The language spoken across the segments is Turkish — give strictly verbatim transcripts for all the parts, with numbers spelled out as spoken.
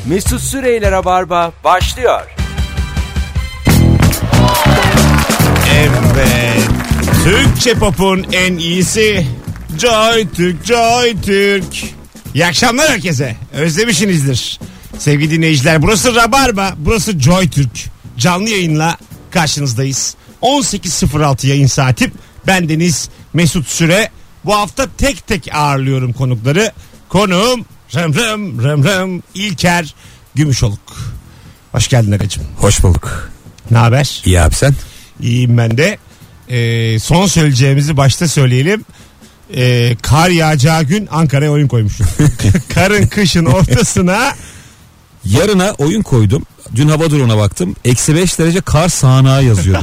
Mesut Süreyler'e Barba başlıyor. Evet. Türkçe pop'un en iyisi Joy Türk, Joy Türk. İyi akşamlar herkese. Özlemişsinizdir. Sevgili dinleyiciler, burası Rabarba, burası Joy Türk. Canlı yayınla karşınızdayız. on sekiz sıfır altı yayın saatim. Bendeniz Mesut Süre. Bu hafta tek tek ağırlıyorum konukları. Konuğum rım rım rım rım İlker Gümüşoluk. Hoş geldin Agacığım. Hoş bulduk. Ne haber? İyi abi sen? İyiyim ben de. Ee, son söyleyeceğimizi başta söyleyelim. Ee, kar yağacağı gün Ankara'ya oyun koymuşuz. Karın kışın ortasına. Yarına oyun koydum. Dün hava durumuna baktım. Eksi beş derece kar sağanağı yazıyordu.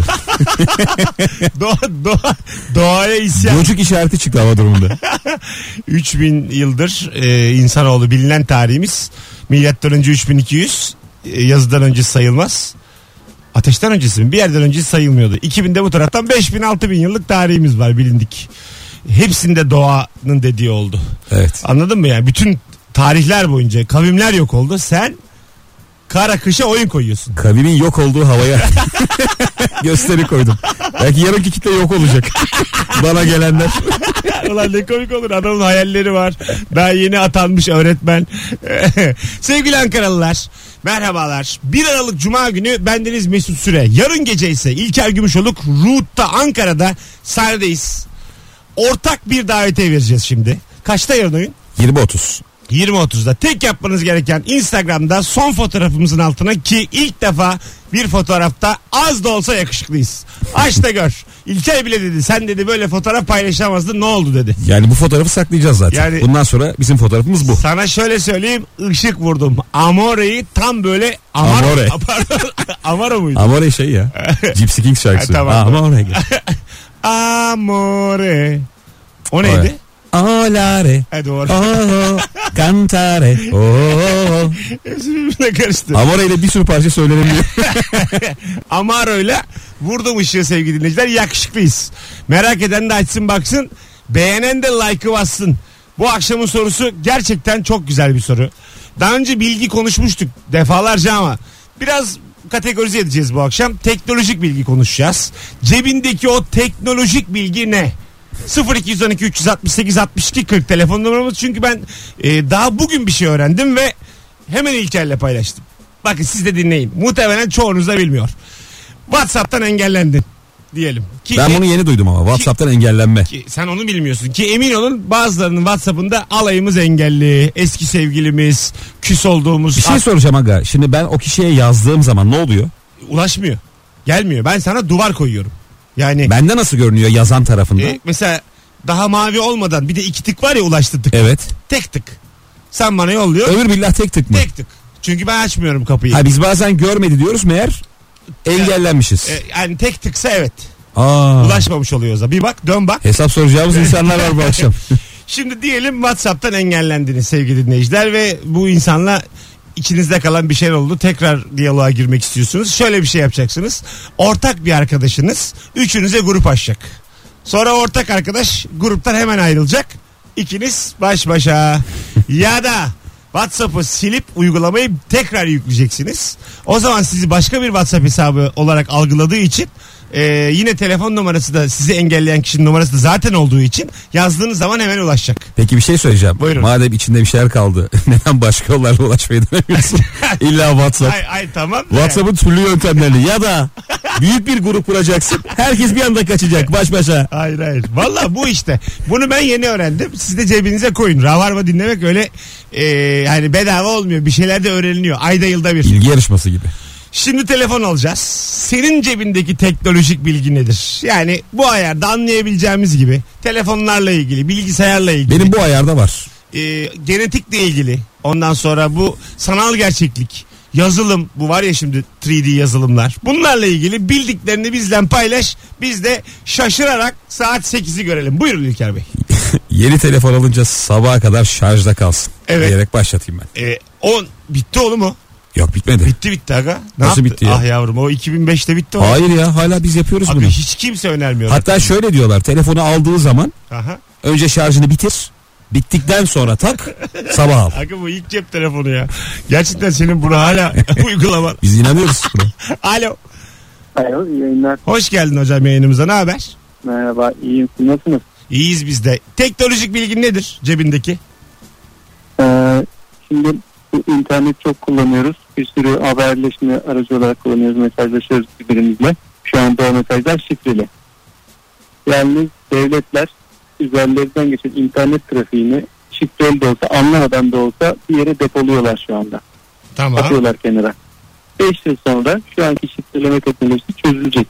doğa, doğa, doğaya isyan. Bocuk işareti çıktı hava durumunda. üç bin yıldır e, insanoğlu bilinen tarihimiz. Milattan önce üç bin iki yüz. E, yazıdan önce sayılmaz. Ateşten öncesi mi? Bir yerden önce sayılmıyordu. iki binde bu taraftan beş bin altı bin yıllık tarihimiz var, bilindik. Hepsinde doğanın dediği oldu. Evet. Anladın mı yani? Bütün tarihler boyunca kavimler yok oldu. Sen kara kışa oyun koyuyorsun. Kavimin yok olduğu havaya gösteri koydum. Belki yarınki kitle yok olacak. Bana gelenler. Ulan ne komik olur, adamın hayalleri var. Daha yeni atanmış öğretmen. Sevgili Ankaralılar, merhabalar. bir Aralık Cuma günü bendeniz Mesut Süre. Yarın gece ise İlker Gümüşoluk Root'ta Ankara'da sahnedeyiz. Ortak bir davetiye vereceğiz şimdi. Kaçta yarın oyun? yirmi otuz. yirmi otuzda. Tek yapmanız gereken Instagram'da son fotoğrafımızın altına, ki ilk defa bir fotoğrafta az da olsa yakışıklıyız. Aç da gör. İlker bile dedi, sen dedi böyle fotoğraf paylaşamazdın, ne oldu dedi. Yani bu fotoğrafı saklayacağız zaten. Yani, bundan sonra bizim fotoğrafımız bu. Sana şöyle söyleyeyim, ışık vurdum. Amore'yi tam böyle Amar- Amore. Amaro muydu? Amore şey ya. Gypsy Kings şarkısı. Ha, tamam. Amore. Amore. O neydi? Amore. Olare. Ha, doğru. Oh, cantare. Oh. Hepsi birbirine karıştı. Amore ile bir sürü parça söylenemiyor. Amaro'yla vurdum ışığı sevgili dinleyiciler. Yakışıklıyız. Merak eden de açsın baksın. Beğenen de like'ı bassın. Bu akşamın sorusu gerçekten çok güzel bir soru. Daha önce bilgi konuşmuştuk defalarca ama biraz kategorize edeceğiz bu akşam. Teknolojik bilgi konuşacağız. Cebindeki o teknolojik bilgi ne? sıfır iki on iki üç altı sekiz altmış iki kırk telefon numaramız. Çünkü ben e, daha bugün bir şey öğrendim ve hemen İlker'le paylaştım. Bakın siz de dinleyin. Muhtemelen çoğunuz da bilmiyor. WhatsApp'tan engellendin diyelim. Ki, Ben bunu yeni duydum ama. WhatsApp'tan engellenme. Ki, sen onu bilmiyorsun. Ki emin olun bazılarının WhatsApp'ında alayımız engelli, eski sevgilimiz, küs olduğumuz. Bir şey at- soracağım aga. Şimdi ben o kişiye yazdığım zaman ne oluyor? Ulaşmıyor. Gelmiyor. Ben sana duvar koyuyorum. Yani Bende nasıl görünüyor yazan tarafında? e, mesela daha mavi olmadan bir de iki tık var ya, ulaştı tık. Evet. Tek tık. Sen bana yolluyor. Ömür billah tek tık mı? Tek tık. Çünkü ben açmıyorum kapıyı. Ha, biz bazen görmedi diyoruz, meğer engellenmişiz. E, yani tek tıksa evet. Aa. Ulaşmamış oluyor o zaman. Bir bak, dön bak. Hesap soracağımız insanlar var bu akşam. Şimdi diyelim WhatsApp'tan engellendiniz sevgili dinleyiciler ve bu insanla içinizde kalan bir şey oldu. Tekrar diyaloğa girmek istiyorsunuz. Şöyle bir şey yapacaksınız. Ortak bir arkadaşınız üçünüze grup açacak. Sonra ortak arkadaş gruptan hemen ayrılacak. İkiniz baş başa. Ya da WhatsApp'ı silip uygulamayı tekrar yükleyeceksiniz. O zaman sizi başka bir WhatsApp hesabı olarak algıladığı için e, yine telefon numarası da, sizi engelleyen kişinin numarası da zaten olduğu için yazdığınız zaman hemen ulaşacak. Peki bir şey söyleyeceğim. Buyurun. Madem içinde bir şeyler kaldı, neden başka yollarla ulaşmayı denemiyorsun? İlla WhatsApp. Ay, ay tamam. WhatsApp'ın türlü yöntemlerini ya da büyük bir grup kuracaksın. Herkes bir anda kaçacak baş başa. Hayır hayır. Valla bu işte. Bunu ben yeni öğrendim. Siz de cebinize koyun. Ravarva dinlemek öyle e, yani bedava olmuyor. Bir şeyler de öğreniliyor. Ayda yılda bir. İlgi yarışması gibi. Şimdi telefon alacağız. Senin cebindeki teknolojik bilgi nedir? Yani bu ayarda anlayabileceğimiz gibi telefonlarla ilgili, bilgisayarla ilgili. Benim bu ayarda var. E, genetikle ilgili. Ondan sonra bu sanal gerçeklik, yazılım, bu var ya şimdi üç D yazılımlar. Bunlarla ilgili bildiklerini bizden paylaş. Biz de şaşırarak saat sekizi görelim. Buyurun İlker Bey. Yeni telefon alınca sabaha kadar şarjda kalsın. Evet. Diyerek başlatayım ben. E, on bitti oğlum o. Yok bitmedi. Bitti bitti aga. Ne Nasıl yaptı? bitti ya? Ah yavrum, o iki bin beşte bitti o. Hayır ya, hala biz yapıyoruz Abi bunu. hiç kimse önermiyor. Hatta şöyle diyorlar, telefonu aldığı zaman Aha. önce şarjını bitir. Bittikten sonra tak, sabah al. Akın bu ilk cep telefonu ya. Gerçekten senin bunu hala uygulaman. Biz inanıyoruz buna. Alo. Alo, iyi yayınlar. Hoş geldin hocam yayınımıza. Ne haber? Merhaba, iyiyim. Siz nasılsınız? İyiyiz biz de. Teknolojik bilgin nedir cebindeki? Ee, şimdi bu internet çok kullanıyoruz. Bir sürü haberleşme aracı olarak kullanıyoruz. Mesajlaşıyoruz birbirimizle. Şu anda o mesajlar şifreli. Yani devletler üzerlerinden geçen internet trafiğini şifreli de olsa, anlamadan da olsa bir yere depoluyorlar şu anda. Tamam. Atıyorlar kenara. beş yıl sonra şu anki şifreleme teknolojisi çözülecek.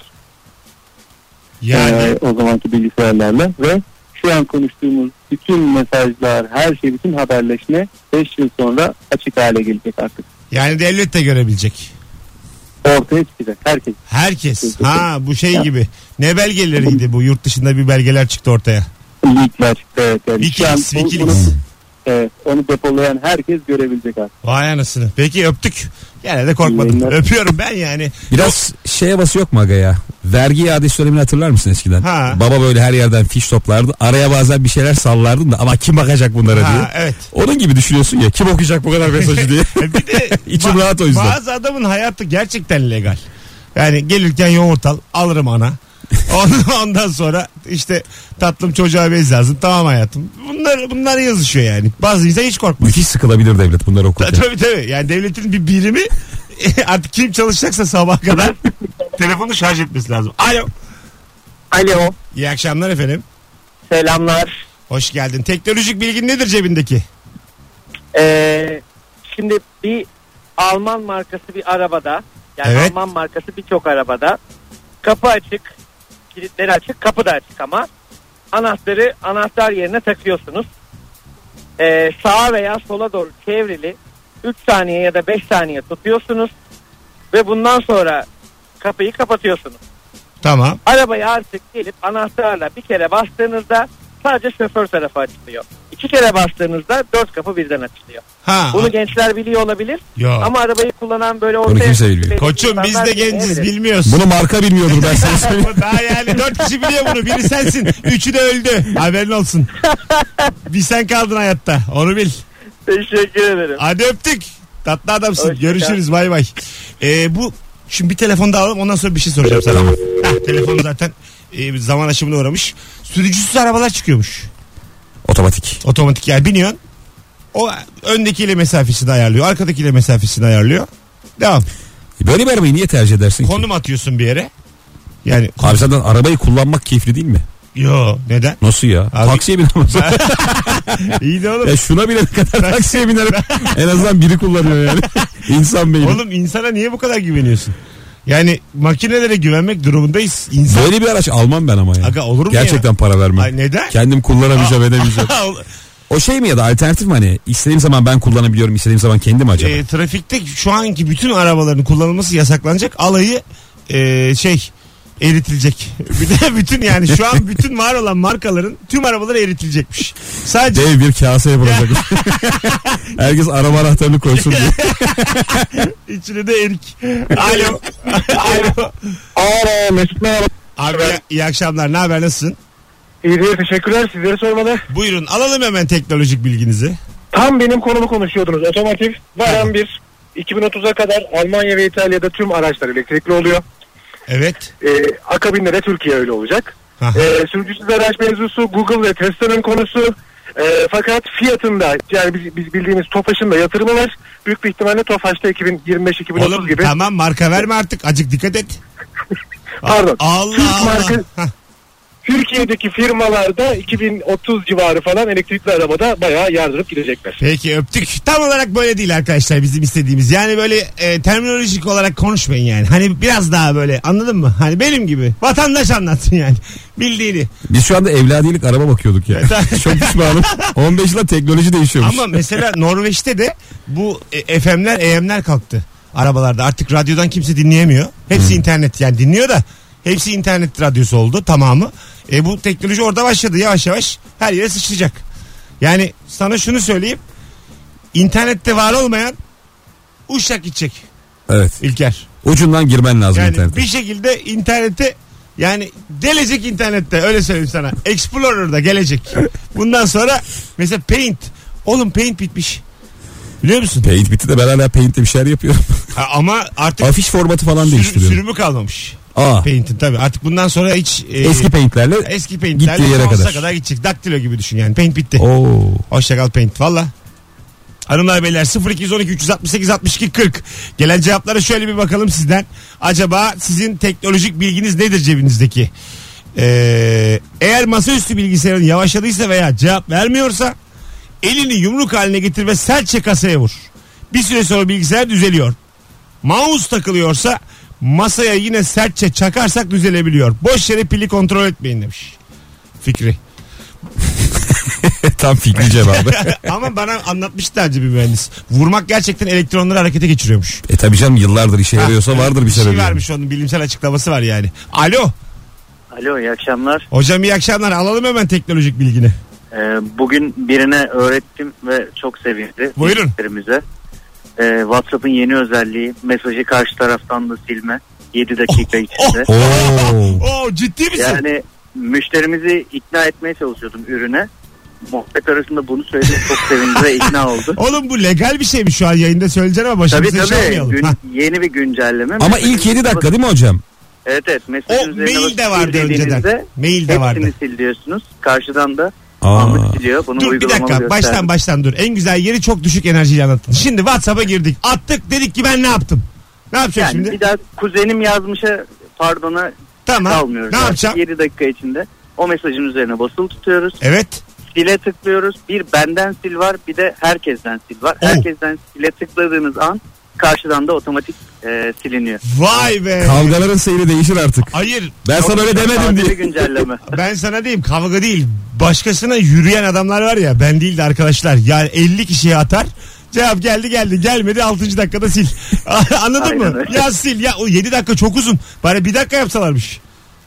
Yani Ee, o zamanki bilgisayarlarla ve şu an konuştuğumuz bütün mesajlar, her şey, bütün haberleşme beş yıl sonra açık hale gelecek artık. yani devlet de görebilecek. Ortaya çıkacak herkes. Herkes. Ha bu şey gibi. Ne belgeleriydi bu? Yurt dışında bir belgeler çıktı ortaya. Leakler çıktı. Evet, yani Wikileaks, şu an bu- Wikileaks. Bunu, evet, onu depolayan herkes görebilecek artık. Vay anasını. Peki öptük. Gene de korkmadım. İyi yayınlar. Öpüyorum ben yani. Biraz şeye bası yok mu aga ya? Vergi iadesi dönemini hatırlar mısın eskiden? Ha. Baba böyle her yerden fiş toplardı. Araya bazen bir şeyler sallardın da ama kim bakacak bunlara diye. Ha, evet. Onun gibi düşünüyorsun ya, kim okuyacak bu kadar mesajı diye. E bir de İçim ba- rahat o yüzden. Bazı adamın hayatı gerçekten legal. Yani gelirken yoğurt al, alırım ana. Ondan, ondan sonra işte tatlım çocuğa bez lazım. Tamam hayatım. Bunlar bunlar yazışıyor yani. Bazı insan hiç korkmaz. Müthiş sıkılabilir devlet bunları Ta- okurken. Tabii tabii. Yani devletin bir birimi artık kim çalışacaksa sabah kadar telefonu şarj etmesi lazım. Alo. Alo, İyi akşamlar efendim. selamlar. Hoş geldin. Teknolojik bilgin nedir cebindeki? Ee, şimdi bir Alman markası bir arabada, yani Evet. Alman markası birçok arabada kapı açık, kilitleri açık, kapı da açık ama anahtarı anahtar yerine takıyorsunuz. Ee, sağa veya sola doğru çevrili üç saniye ya da beş saniye tutuyorsunuz ve bundan sonra kapıyı kapatıyorsunuz. Tamam. Arabayı artık gelip anahtarla bir kere bastığınızda sadece şoför tarafı açılıyor. İki kere bastığınızda dört kapı birden açılıyor. Ha. Bunu gençler biliyor olabilir. Yok. Ama arabayı kullanan böyle Bunu ortaya... kimse bilmiyor. Koçum biz de genciz bilmiyoruz. Bunu marka bilmiyordur ben sana söyleyeyim. Daha yani dört kişi biliyor bunu. Biri sensin. Üçü de öldü. Haberin olsun. Bir sen kaldın hayatta. Onu bil. Teşekkür ederim. Hadi öptük. Tatlı adamsın. Hoşça Görüşürüz. Bay bay. Ee, bu şimdi bir telefon daha alalım. Ondan sonra bir şey soracağım sana. Heh, telefonu zaten e, zaman aşımına uğramış. Sürücüsüz arabalar çıkıyormuş. Otomatik. Otomatik yani biniyorsun. O öndekiyle mesafesini ayarlıyor. Arkadakiyle mesafesini ayarlıyor. Devam. Böyle bir arabayı niye tercih edersin ki? Konum atıyorsun bir yere. Yani Abi zaten arabayı kullanmak keyifli değil mi? yo neden? Nasıl ya? Abi- Taksiye binemezsin. İyi de oğlum. Ya şuna bile ne kadar taksiye binerim. En azından biri kullanıyor yani. İnsan beyni. Oğlum insana niye bu kadar güveniyorsun? Yani makinelere güvenmek durumundayız. İnsan... Böyle bir araç almam ben ama ya. Aga olur mu Gerçekten ya? para vermem. Ay neden? Kendim kullanamayacağım edemeyeceğim. O şey mi ya da alternatif mi hani? İstediğim zaman ben kullanabiliyorum, istediğim zaman kendim acaba? e, trafikte şu anki bütün arabaların kullanılması yasaklanacak. Alayı e, şey eritilecek. Bir de bütün yani şu an bütün var olan markaların tüm arabaları eritilecekmiş. Sadece Dev bir kase yapılacak. Herkes araba anahtarını koysun diye. içine de erik. Alo. Alo. Alo Mesut merhaba. Abi iyi, iyi akşamlar. Ne haber? Nasılsın? İyi teşekkürler, sizleri sormalı. Buyurun alalım hemen teknolojik bilginizi. Tam benim konumu konuşuyordunuz. Otomotiv varan bir iki bin otuza kadar Almanya ve İtalya'da tüm araçlar elektrikli oluyor. Evet. Ee, akabinde de Türkiye öyle olacak. Aha. Ee, sürücüsüz araç mevzusu Google ve Tesla'nın konusu. Ee, fakat fiyatında yani biz, biz bildiğimiz Tofaş'ın da yatırımı var. Büyük bir ihtimalle Tofaş'ta iki bin yirmi beş iki bin otuz Oğlum gibi. tamam marka verme artık. Acık dikkat et. Pardon. Allah Türk Allah. marka- Hah. Türkiye'deki firmalarda iki bin otuz civarı falan elektrikli arabada bayağı yardırıp gidecekler. Peki öptük. Tam olarak böyle değil arkadaşlar bizim istediğimiz. Yani böyle e, terminolojik olarak konuşmayın yani. Hani biraz daha böyle anladın mı? Hani benim gibi. Vatandaş anlatsın yani. Bildiğini. Biz şu anda evladiyelik araba bakıyorduk ya. Çok pişmanım. on beş yılda teknoloji değişiyormuş. Ama mesela Norveç'te de bu e, F M'ler E M'ler kalktı. Arabalarda artık radyodan kimse dinleyemiyor. Hepsi Hmm. internet yani dinliyor da. Hepsi internet radyosu oldu tamamı. E bu teknoloji orada başladı yavaş yavaş her yere sıçrayacak. Yani sana şunu söyleyeyim. İnternette var olmayan uçak gidecek Evet. İlker. Ucundan girmen lazım Yani internete. bir şekilde internete Yani gelecek internette, öyle söyleyeyim sana. Explorer'da gelecek. Bundan sonra mesela Paint. Oğlum Paint bitmiş. Biliyor musun? Paint bitti de ben hala Paint'te bir şeyler yapıyorum. Ha, ama artık afiş formatı falan sürü, değiştiriyorum. sürümü kalmamış. Aa. Paint'in tabii. Artık bundan sonra hiç e, Eski Paint'lerle eski Paint'lerle gittiği yere sonsuza kadar. kadar gidecek. Daktilo gibi düşün yani. Paint bitti. Oo. Hoşçakal Paint. Valla. Hanımlar beyler sıfır iki on iki üç altı sekiz altmış iki kırk. Gelen cevaplara şöyle bir bakalım sizden. Acaba sizin teknolojik bilginiz nedir cebinizdeki? Ee, eğer masaüstü bilgisayarın yavaşladıysa veya cevap vermiyorsa elini yumruk haline getir ve sertçe kasaya vur. Bir süre sonra bilgisayar düzeliyor. Mouse takılıyorsa masaya yine sertçe çakarsak düzelebiliyor. Boş yere pili kontrol etmeyin demiş Fikri. Tam Fikri cevabı. Ama bana anlatmıştı daha önce bir mühendis. Vurmak gerçekten elektronları harekete geçiriyormuş. E tabii canım, yıllardır işe yarıyorsa vardır bir şey sebebi. varmış, onun bilimsel açıklaması var yani. Alo. Alo, iyi akşamlar. Hocam iyi akşamlar. Alalım hemen teknolojik bilgini. Ee, bugün birine öğrettim ve çok sevindi. Buyurun. Ee, WhatsApp'ın yeni özelliği, mesajı karşı taraftan da silme. yedi dakika içinde. Oo. Oo, ciddi misin? Yani müşterimizi ikna etmeye çalışıyordum ürüne. Muhabbet arasında bunu söyledim, çok sevindi ve ikna oldu. Oğlum bu legal bir şey mi, şu an yayında söyleyeceğim ama Tabii başımıza tabii, çalmayalım. gün, Ha. yeni bir güncelleme. Ama Mesajın ilk yedi dakika basıp- değil mi hocam? Evet evet. O Mesajın üzerine mail basıp de vardı sildiğinizde önceden. Mail de vardı. hepsini sil diyorsunuz. Karşıdan da Aa. anlık siliyor. Bunu Dur bir uygulamalı dakika, gösterdim. baştan baştan dur. En güzel yeri çok düşük enerjiyle anlattın. Şimdi WhatsApp'a girdik. Attık, dedik ki ben ne yaptım? Ne yapacağım Yani şimdi? bir daha kuzenim yazmışa pardona Tamam. kalmıyoruz. Ne Artık yapacağım? yedi dakika içinde o mesajın üzerine basılı tutuyoruz. Evet. Sile tıklıyoruz. Bir benden sil var, bir de herkesten sil var. Oh. Herkesten sile tıkladığınız an karşıdan da otomatik e, siliniyor. Vay be. Kavgaların seyri değişir artık. Hayır. Ben sana öyle demedim Sadece diye. güncelleme. Ben sana diyeyim, kavga değil. Başkasına yürüyen adamlar var ya, ben değil de arkadaşlar. Yani elli kişiye atar. Cevap geldi geldi, gelmedi altıncı dakikada sil. Anladın Aynen mı? öyle. Ya sil ya, o yedi dakika çok uzun. Bari bir dakika yapsalarmış.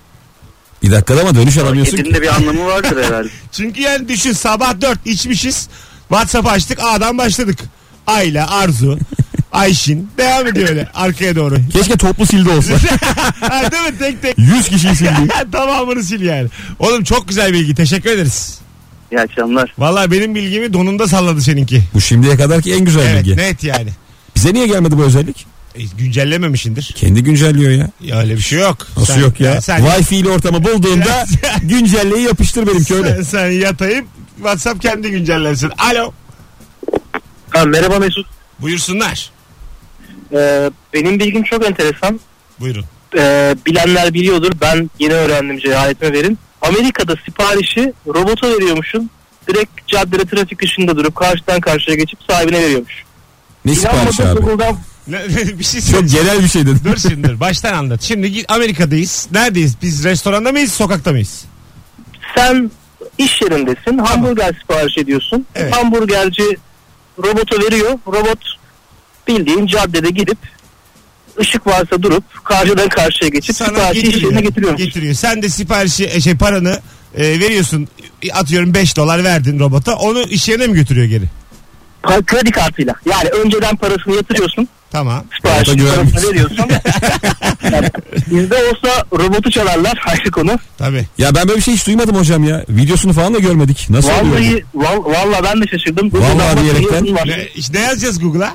Bir dakikada ama dönüş alamıyorsun Kedinin ki. de bir anlamı vardır herhalde. Çünkü yani düşün, sabah dört içmişiz. WhatsApp açtık, A'dan başladık. Ayla, Arzu, Ayşin devam ediyor öyle arkaya doğru. Keşke toplu sildi olsa. Ha, değil mi? Tek tek. yüz kişiyi sildi. Tamamını sil yani. Oğlum çok güzel bilgi, teşekkür ederiz. İyi akşamlar. Vallahi benim bilgimi donunda salladı seninki. Bu şimdiye kadarki en güzel Evet, bilgi. net yani. Bize niye gelmedi bu özellik? E, güncellememişindir. Kendi güncelliyor ya. Ya öyle bir şey yok. Nasıl Sen- yok ya? Sen, Wi-Fi ile ortamı bulduğunda güncelleyi yapıştır benimki öyle. sen, sen yatayıp WhatsApp kendi güncellensin. Alo. Ha, merhaba Mesut. Buyursunlar. Ee, benim bilgim çok enteresan. Buyurun. Ee, bilenler biliyordur. Ben yeni öğrendim, cehaletime verin. Amerika'da siparişi robota veriyormuşsun. Direkt caddede trafik ışığında durup karşıdan karşıya geçip sahibine veriyormuş. Ne siparişi İnanmadım, abi? Google'dan Ne, bir şey Çok söyleyeceğim. genel bir şey dedin. Dur şimdi dur. Baştan anlat. Şimdi git, Amerika'dayız. Neredeyiz? Biz restoranda mıyız? Sokakta mıyız? sen iş yerindesin. Hamburger sipariş ediyorsun. Evet. Hamburgerci robota veriyor. Robot bildiğin caddede gidip ışık varsa durup karşıdan karşıya geçip Sana siparişi iş yerine getiriyormuş. getiriyor. Sen de siparişi e, şey paranı e, veriyorsun. Atıyorum beş dolar verdin robota. Onu iş yerine mi götürüyor geri? Pa- Kredi kartıyla. Yani önceden parasını yatırıyorsun. Tamam. Siparişi Robota parasını güvenmiyorsun. veriyorsun. Yani bizde olsa robotu çalarlar. Ayrı konu. Tabii. Ya ben böyle bir şey hiç duymadım hocam ya. Videosunu falan da görmedik. Nasıl oluyor? Vallahi, val, vallahi ben de şaşırdım. Vallahi Google'dan diyerekten. bakıyorum, var. Ne, işte ne yazacağız Google'a?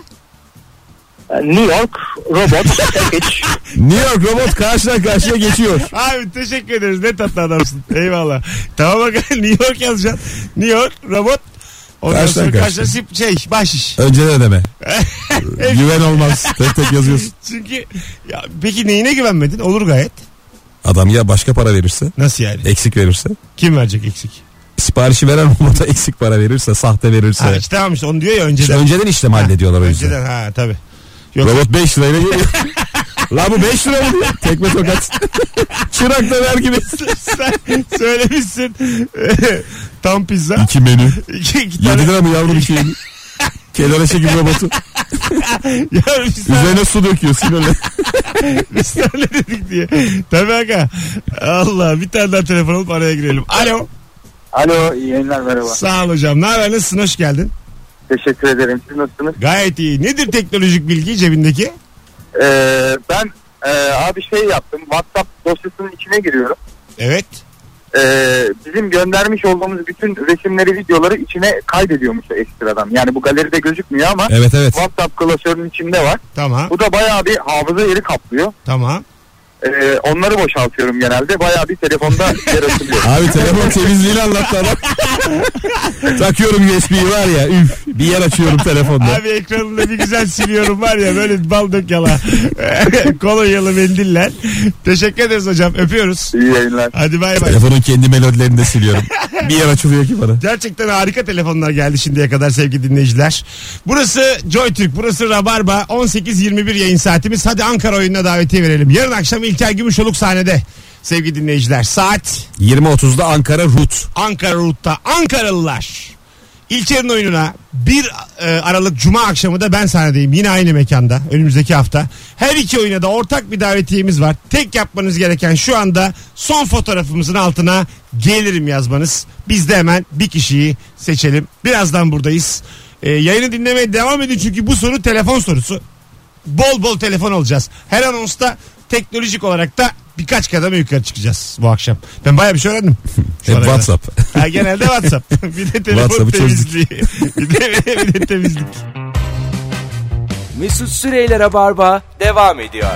New York robot package. New York robot karşıdan karşıya geçiyor. Abi teşekkür ederiz. Ne tatlı adamsın. Eyvallah. Tamam bak, New York yazacaksın. New York robot. Ondan Karşıdan sonra karşıya. karşıya sip- şey bahşiş. Önceden ödeme. Güven olmaz. Tek tek yazıyorsun. Çünkü ya, peki neyine güvenmedin? Olur gayet. Adam ya başka para verirse, Nasıl yani? eksik verirse, Kim verecek eksik? siparişi veren robota eksik para verirse, sahte verirse. Ha, işte tamam işte onu diyor ya İşte önceden. önceden işlem hallediyorlar o yüzden. Önceden ha tabii. Yok. Robot beş lirayla geliyor. La bu beş lira mı diyor? Tekme tokat. Çırak döner gibi. Sen söylemişsin. Tam pizza. İki menü. İki, iki tane. Yedi lira mı yavrum bir şey mi? Kenara çekim robotu. Ya biz sana, Üzerine su döküyor sinirle. biz sana ne dedik diye. Tabii aga. Allah, bir tane daha telefon alıp araya girelim. Alo. Alo, iyi yayınlar, merhaba. Sağ ol hocam. Ne haber? Nasılsın? Hoş geldin. Teşekkür ederim. Siz nasılsınız? Gayet iyi. Nedir teknolojik bilgi cebindeki? Ee, ben Ee, abi şey yaptım. WhatsApp dosyasının içine giriyorum. Evet. Ee, bizim göndermiş olduğumuz bütün resimleri, videoları içine kaydediyormuş ekstradan. Yani bu galeride gözükmüyor ama Evet evet. WhatsApp klasörünün içinde var. Tamam. Bu da bayağı bir hafıza yeri kaplıyor. Tamam. Ee, onları boşaltıyorum genelde. Bayağı bir telefonda yer açılıyor. Abi telefon temizliğini anlattı adam. Takıyorum U S B'yi var ya, üf, bir yer açıyorum telefonda. Abi ekranında bir güzel siliyorum var ya, böyle bal dök yala. Kolonyalı mendiller. Teşekkür ederiz hocam, öpüyoruz. İyi yayınlar. Hadi bay bay. Telefonun kendi melodilerini de siliyorum. Bir yer açılıyor ki bana. Gerçekten harika telefonlar geldi şimdiye kadar sevgili dinleyiciler. Burası JoyTürk, burası Rabarba. on sekiz yirmi bir yayın saatimiz. Hadi Ankara oyununa davetiye verelim. Yarın akşam İlker Gümüşoluk sahnede sevgili dinleyiciler. Saat yirmi otuzda Ankara Rut. Ankara Rut'ta Ankaralılar. İlker'in oyununa bir Aralık Cuma akşamı da ben sahnedeyim. Yine aynı mekanda önümüzdeki hafta. Her iki oyuna da ortak bir davetiyemiz var. Tek yapmanız gereken şu anda son fotoğrafımızın altına gelirim yazmanız. Biz de hemen bir kişiyi seçelim. Birazdan buradayız. Ee, yayını dinlemeye devam edin çünkü bu soru telefon sorusu. Bol bol telefon alacağız. Her anonsta teknolojik olarak da birkaç kademe yukarı çıkacağız bu akşam. Ben bayağı bir şey öğrendim. Hep WhatsApp. Ha, genelde WhatsApp. Bir de telefon temizliği. bir, de, bir de temizlik. Mesut Süreyle Rabarba devam ediyor.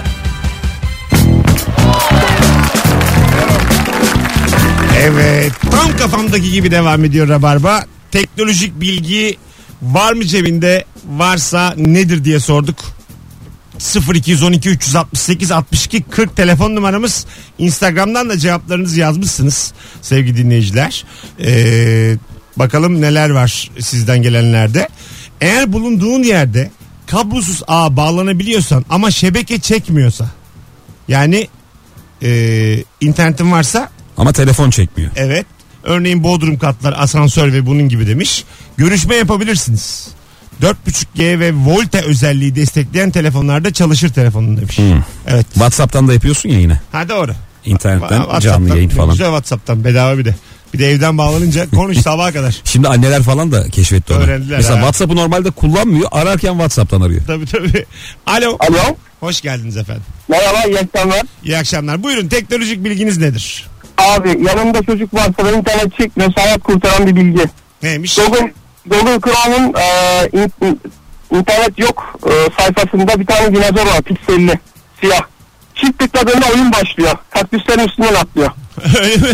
Evet, tam kafamdaki gibi devam ediyor Rabarba. Teknolojik bilgi var mı cebinde? Varsa nedir diye sorduk. sıfır iki on iki üç altı sekiz altmış iki kırk telefon numaramız. Instagram'dan da cevaplarınızı yazmışsınız sevgili dinleyiciler. Ee, bakalım neler var sizden gelenlerde. Eğer bulunduğun yerde kablosuz ağ bağlanabiliyorsan ama şebeke çekmiyorsa, yani e, internetin varsa ama telefon çekmiyor. Evet. Örneğin bodrum katlar, asansör ve bunun gibi demiş. Görüşme yapabilirsiniz. dört buçuk G ve Volta özelliği destekleyen telefonlarda çalışır telefonun demiş. Hmm. Evet. WhatsApp'tan da yapıyorsun ya yine. Ha doğru. İnternetten canlı yayın falan. Güzel, WhatsApp'tan bedava bir de. Bir de evden bağlanınca konuş sabaha kadar. Şimdi anneler falan da keşfetti onu. Öğrendiler. Mesela ha. WhatsApp'ı normalde kullanmıyor. Ararken WhatsApp'tan arıyor. Tabii tabii. Alo. Alo. Hoş geldiniz efendim. Merhaba, iyi akşamlar. İyi akşamlar. Buyurun, teknolojik bilginiz nedir? Abi yanımda çocuk varsa da internet çekmiyor, hayat kurtaran bir bilgi. Neymiş? Google, Google Chrome'un e, in, in, internet yok e, sayfasında bir tane dinozor var, pikselli, siyah. Çift tıkladığında oyun başlıyor. Kaktüslerin üstünden atlıyor. Öyle mi?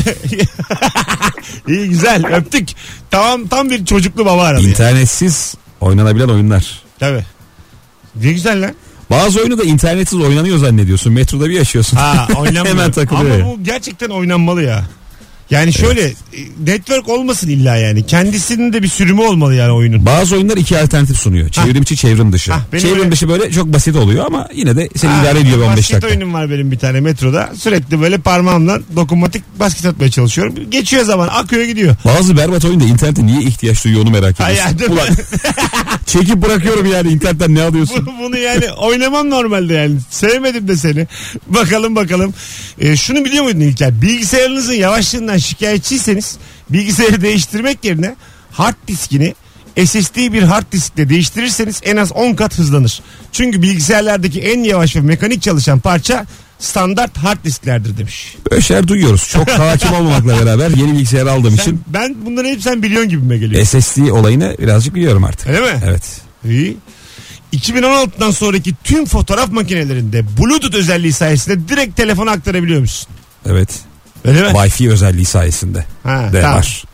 İyi, güzel, öptük. Tamam, tam bir çocuklu baba aradı. İnternetsiz oynanabilen oyunlar. Tabii. Ne güzel lan. Bazı oyunu da internetsiz oynanıyor zannediyorsun. Metroda bir yaşıyorsun. Ha, oynanmıyor. Hemen takılıyor. Ama bu gerçekten oynanmalı ya. Yani şöyle evet. Network olmasın illa yani. Kendisinin de bir sürümü olmalı yani oyunun. Bazı oyunlar iki alternatif sunuyor. Çevrim içi, çevrim dışı. Hah, çevrim öyle... dışı böyle çok basit oluyor ama yine de seni ha, idare ediyor on beş basket dakika. oyunum var benim bir tane metroda. Sürekli böyle parmağımla dokunmatik basket atmaya çalışıyorum. Geçiyor zaman, akıyor gidiyor. Bazı berbat oyunda internete niye ihtiyaç duyuyor onu merak ediyorsun. Ulan, çekip bırakıyorum yani, internetten ne alıyorsun? Bunu yani oynamam normalde yani. Sevmedim de seni. Bakalım bakalım. Ee, şunu biliyor muydun İlker? Bilgisayarınızın yavaşlığından şikayetçiyseniz bilgisayarı değiştirmek yerine hard diskini S S D bir hard diskle değiştirirseniz en az on kat hızlanır. Çünkü bilgisayarlardaki en yavaş ve mekanik çalışan parça standart hard disklerdir demiş. Böyle şeyler duyuyoruz. Çok hakim olmamakla beraber yeni bilgisayar aldığım sen, için. Ben bunları hep sen biliyorsun gibime geliyor. S S D olayını birazcık biliyorum artık. Öyle mi? Evet. İyi. iki bin on altıdan sonraki tüm fotoğraf makinelerinde Bluetooth özelliği sayesinde direkt telefona aktarabiliyor musun? Evet. Öyle mi? Wi-Fi özelliği sayesinde ha, de tamam. var.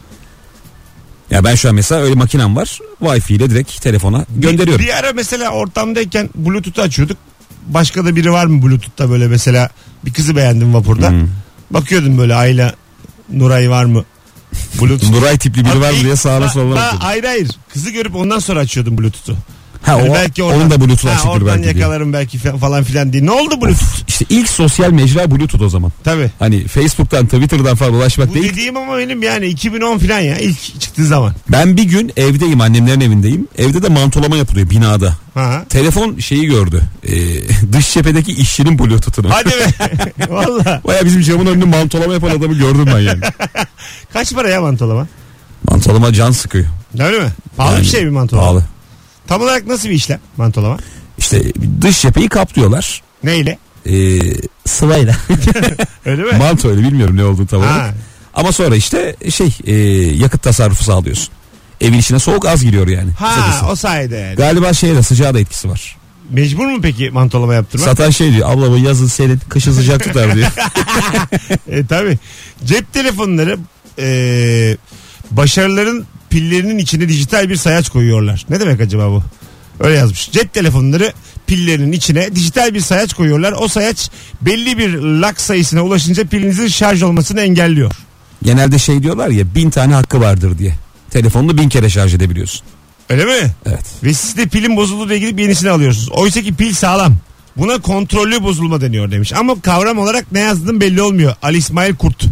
Ya ben şu an mesela öyle makinem var. Wi-Fi ile direkt telefona gönderiyorum. Bir, bir ara mesela ortamdayken Bluetooth'u açıyorduk. Başka da biri var mı Bluetooth'ta böyle mesela, bir kızı beğendim vapurda. Hmm. Bakıyordum böyle, Ayla Nuray var mı? Bluetooth. Nuray tipli biri var mı diye sağına soluna bakıyordum. Hayır hayır. Kızı görüp ondan sonra açıyordum Bluetooth'u. Ha, yani o, belki oradan, onun da Bluetooth açıktır belki. Oradan yakalarım belki falan filan diye. Ne oldu Bluetooth? Of, işte ilk sosyal mecra Bluetooth o zaman. Tabii. Hani Facebook'tan, Twitter'dan falan ulaşmak bu değil. Bu dediğim ama benim yani iki bin on filan ya, ilk çıktığı zaman. Ben bir gün evdeyim, annemlerin evindeyim. Evde de mantolama yapılıyor binada. Ha. Telefon şeyi gördü. Ee, dış cephedeki işçinin Bluetooth'unu. Hadi be. Valla. Baya bizim camın önünde mantolama yapan adamı gördüm ben yani. Kaç para ya mantolama? Mantolama can sıkıyor. Öyle mi? Pahalı yani, bir şey mi mantolama? Pahalı. Tam olarak nasıl bir işlem mantolama? İşte dış cepheyi kaplıyorlar. Neyle? e, sıvayla. Öyle mi? Manto öyle, bilmiyorum ne olduğunu tam olarak. Ha. Ama sonra işte şey e, yakıt tasarrufu sağlıyorsun. Evin içine soğuk az giriyor yani. Ha Kısacası. o sayede yani. Galiba şeyde sıcağı da etkisi var. Mecbur mu peki mantolama yaptırmak? Satan şey diyor, abla bu yazın serin kışın sıcak tutar diyor. e tabi. Cep telefonları e, başarıların pillerinin içine dijital bir sayaç koyuyorlar. Ne demek acaba bu? Öyle yazmış. Cep telefonları pillerinin içine dijital bir sayaç koyuyorlar. O sayaç belli bir lak sayısına ulaşınca pilinizin şarj olmasını engelliyor. Genelde şey diyorlar ya, bin tane hakkı vardır diye. Telefonunu bin kere şarj edebiliyorsun. Öyle mi? Evet. Ve siz de pilin bozulduğu diye gidip yenisini alıyorsunuz. Oysa ki pil sağlam. Buna kontrollü bozulma deniyor demiş. Ama kavram olarak ne yazdığın belli olmuyor. Ali İsmail Kurt.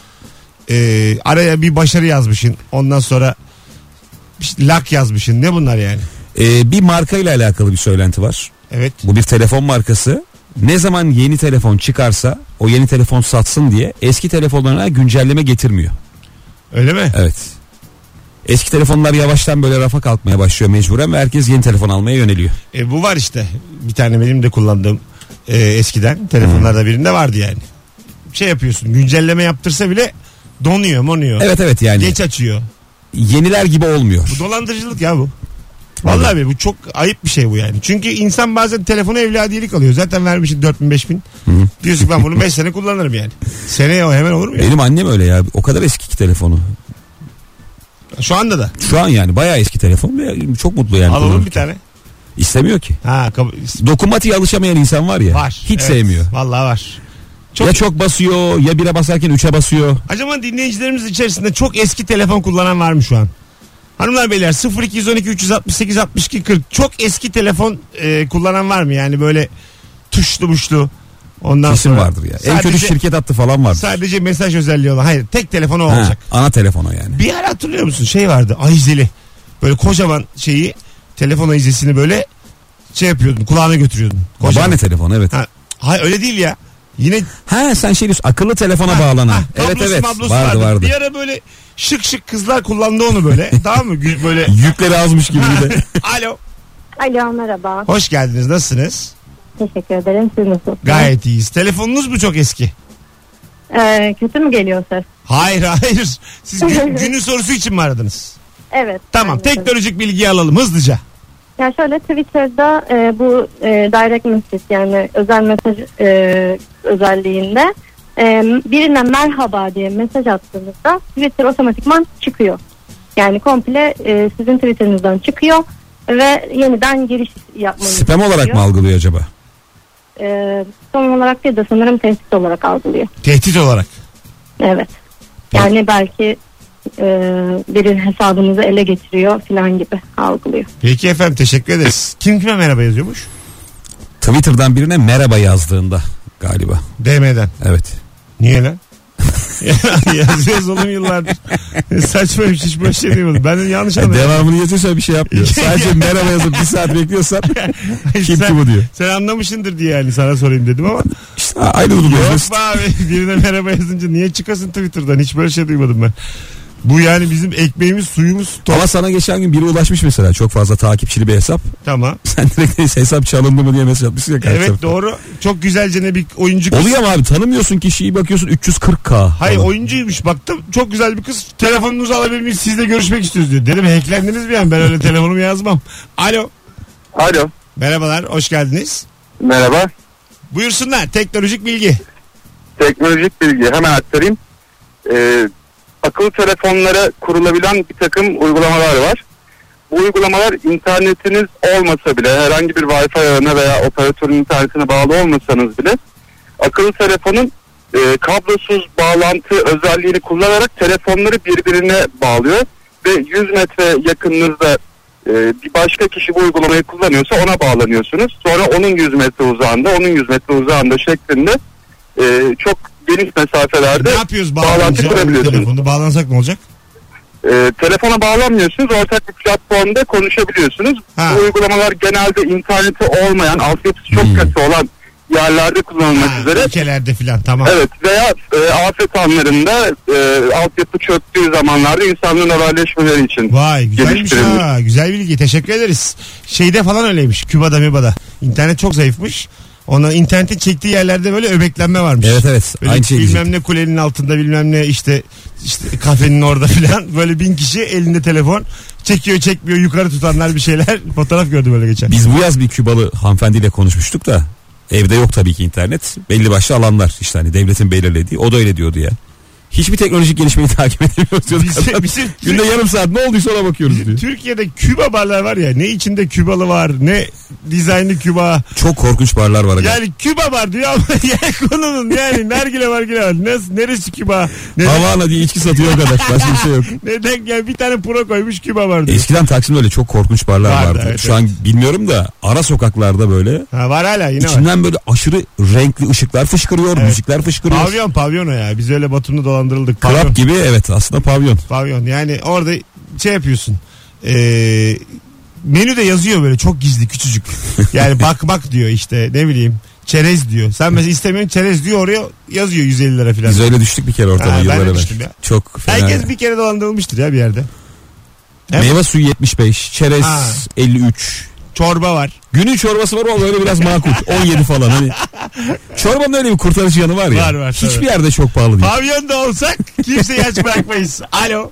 Ee, araya bir başarı yazmışsın. Ondan sonra işte lak yazmışsın. Ne bunlar yani? Ee, bir markayla alakalı bir söylenti var. Evet. Bu bir telefon markası. Ne zaman yeni telefon çıkarsa o yeni telefon satsın diye eski telefonlarına güncelleme getirmiyor. Öyle mi? Evet. Eski telefonlar yavaştan böyle rafa kalkmaya başlıyor mecburen ve herkes yeni telefon almaya yöneliyor. E, bu var işte. Bir tane benim de kullandığım e, eskiden telefonlarda hmm. birinde vardı yani. Şey yapıyorsun, güncelleme yaptırsa bile donuyor monuyor. Evet evet yani. Geç açıyor. Yeniler gibi olmuyor. Bu dolandırıcılık ya bu. Vallahi abi bu çok ayıp bir şey bu yani. Çünkü insan bazen telefonu evladiyelik alıyor. Zaten vermişsin dört bin beş bin. Hı. Diyorsun ben bunu beş sene kullanırım yani. Seneye o hemen olur mu ya? Benim annem öyle ya. O kadar eski ki telefonu. Şu anda da. Şu an yani bayağı eski telefon ve çok mutlu yani. Alalım bir tane. İstemiyor ki. Ha, kab- dokunmatiğe alışamayan insan var ya. Var. Hiç evet, sevmiyor. Vallahi var. Çok... Ya çok basıyor ya bire basarken üçe basıyor. Acaba dinleyicilerimiz içerisinde çok eski telefon kullanan var mı şu an? Hanımlar beyler sıfır iki on iki üç altı sekiz altmış iki kırk çok eski telefon e, kullanan var mı? Yani böyle tuşlu muşlu. Ondan kesin sonra vardır ya. Sadece, en kötü şirket hattı falan vardır. Sadece mesaj özelliği olan. Hayır, tek telefonu ha, olacak. Ana telefonu yani. Bir ara hatırlıyor musun? Şey vardı, ayizeli. Böyle kocaman şeyi, telefon ayizesini böyle şey yapıyordun, kulağına götürüyordun. Babaanne telefonu evet. Ha, hayır öyle değil ya. Yine ha sen şey diyorsun, akıllı telefona ha, bağlanan. Ha, evet evet. Vardı vardı. vardı. Bir ara böyle şık şık kızlar kullandı onu böyle. Tamam mı? Böyle yükleri azmış gibi de. Alo. Alo merhaba. Hoş geldiniz. Nasılsınız? Teşekkür ederim. Siz nasılsınız? Gayet iyiyiz. Telefonunuz mu çok eski? Ee, kötü mü geliyor ses? Hayır hayır. Siz gün, günün sorusu için mi aradınız? Evet. Tamam. Teknolojik bilgiyi alalım hızlıca. Ya şöyle Twitter'da e, bu e, direct message yani özel mesaj e, özelliğinde e, birine merhaba diye mesaj attığınızda Twitter otomatikman çıkıyor. Yani komple e, sizin Twitter'ınızdan çıkıyor ve yeniden giriş yapmanız spam olarak gerekiyor. Mı algılıyor acaba? E, spam olarak değil de sanırım tehdit olarak algılıyor. Tehdit olarak? Evet. Yani evet. Belki e, birinin hesabınızı ele geçiriyor filan gibi algılıyor. Peki efendim, teşekkür ederiz. Kim kime merhaba yazıyormuş? Twitter'dan birine merhaba yazdığında galiba. D M'den. Evet. Niye lan? Yazıyoruz oğlum yıllardır. Saçma bir şey, hiç böyle şey duymadım. Ben de yanlış anladım. Devamını yazıyorsa bir şey yapmıyor. Sadece merhaba yazıp bir saat bekliyorsan kim sen, ki bu diyor. Sen anlamışsındır diye yani sana sorayım dedim ama. İşte aynı durum. Yok be abi, birine merhaba yazınca niye çıkasın Twitter'dan? Hiç böyle şey duymadım ben. Bu yani bizim ekmeğimiz suyumuz. Top. Ama sana geçen gün biri ulaşmış mesela, çok fazla takipçili bir hesap. Tamam. Sen direkt hesap çalındı mı diye mesaj atmışsın ya. Evet tarafta. doğru. Çok güzelce ne bir oyuncu kız. Oluyor mu abi, tanımıyorsun kişiyi, bakıyorsun üç yüz kırk K. Hayır falan. Oyuncuymuş, baktım çok güzel bir kız, telefonunuzu alabilir miyiz, sizle görüşmek istiyoruz diyor. Dedim hacklendiniz mi yani, ben öyle telefonumu yazmam. Alo. Alo. Merhabalar, hoş geldiniz. Merhaba. Buyursunlar, teknolojik bilgi. Teknolojik bilgi hemen aktarayım. Ee, akıllı telefonlara kurulabilen bir takım uygulamalar var. Bu uygulamalar internetiniz olmasa bile, herhangi bir Wi-Fi ağına veya operatörün internetine bağlı olmasanız bile akıllı telefonun e, kablosuz bağlantı özelliğini kullanarak telefonları birbirine bağlıyor ve yüz metre yakınınızda e, bir başka kişi bu uygulamayı kullanıyorsa ona bağlanıyorsunuz. Sonra onun yüz metre uzağında, onun yüz metre uzağında şeklinde e, çok geniş mesafelerde ne yapıyoruz bağlantı kurabiliyorsunuz. Telefonu bağlansak ne olacak? E, telefona bağlanmıyorsunuz, ortak bir platformda konuşabiliyorsunuz. Ha. Bu uygulamalar genelde interneti olmayan, altyapısı çok hmm. kötü olan yerlerde kullanılmak ha, üzere. Ülkelerde filan, tamam. Evet, veya e, afet anlarında e, altyapı çöktüğü zamanlarda insanların haberleşmeleri için. Vay güzelmiş ha, güzel bilgi, teşekkür ederiz. Şeyde falan öyleymiş, Küba'da Müba'da. İnternet çok zayıfmış. Ona internetin çektiği yerlerde böyle öbeklenme varmış. Evet evet. Böyle Aynı şey bilmem diyecektim. ne kulenin altında bilmem ne işte işte kafenin orada filan böyle bin kişi elinde telefon çekiyor çekmiyor yukarı tutanlar bir şeyler fotoğraf gördüm öyle geçen. Biz bu yaz bir Kübalı hanımefendiyle konuşmuştuk da evde yok tabii ki internet. Belli başlı alanlar işte hani devletin belirlediği. O da öyle diyordu ya. Hiçbir teknolojik gelişmeyi takip edemiyoruz diyordu. Bizim, bizim Günde yarım saat ne olduysa ona bakıyoruz diyor. Türkiye'de Küba barlar var ya, ne içinde Kübalı var ne dizaynlı Küba. Çok korkunç barlar var. Yani Küba var diyor ama ya konunun yani nargile margile var. Nasıl, neresi Küba? Neden, Havana diye içki satıyor o kadar. Başka bir şey yok. neden yani bir tane pro koymuş Küba var diyor. Eskiden Taksim'de öyle çok korkunç barlar Vardı, vardı. evet, Şu evet. an bilmiyorum da ara sokaklarda böyle. Ha, var hala yine var. İçinden böyle aşırı renkli ışıklar fışkırıyor, Evet. müzikler fışkırıyor. Pavyon pavyon o ya. Biz öyle Batum'da dolandırıldık. Pavyon. Klap gibi evet aslında pavyon. Pavyon yani orada şey yapıyorsun. Ee, menüde yazıyor böyle çok gizli küçücük. Yani bak bak diyor işte ne bileyim çerez diyor. Sen mesela istemiyorsun çerez diyor oraya yazıyor yüz elli lira falan. Biz öyle düştük bir kere ortada Ha, ben yıllar de evvel. düştüm ya. Çok fena. Herkes bir kere dolandırılmıştır ya bir yerde. Meyve suyu yetmiş beş, çerez Ha. elli üç. Çorba var. Günün çorbası var ama böyle biraz makul. on yedi falan hani. Çorbanın öyle bir kurtarıcı yanı var ya. Var, var, Hiçbir tabii. yerde çok pahalı değil. Pavyonda olsak kimseyi aç bırakmayız. Alo.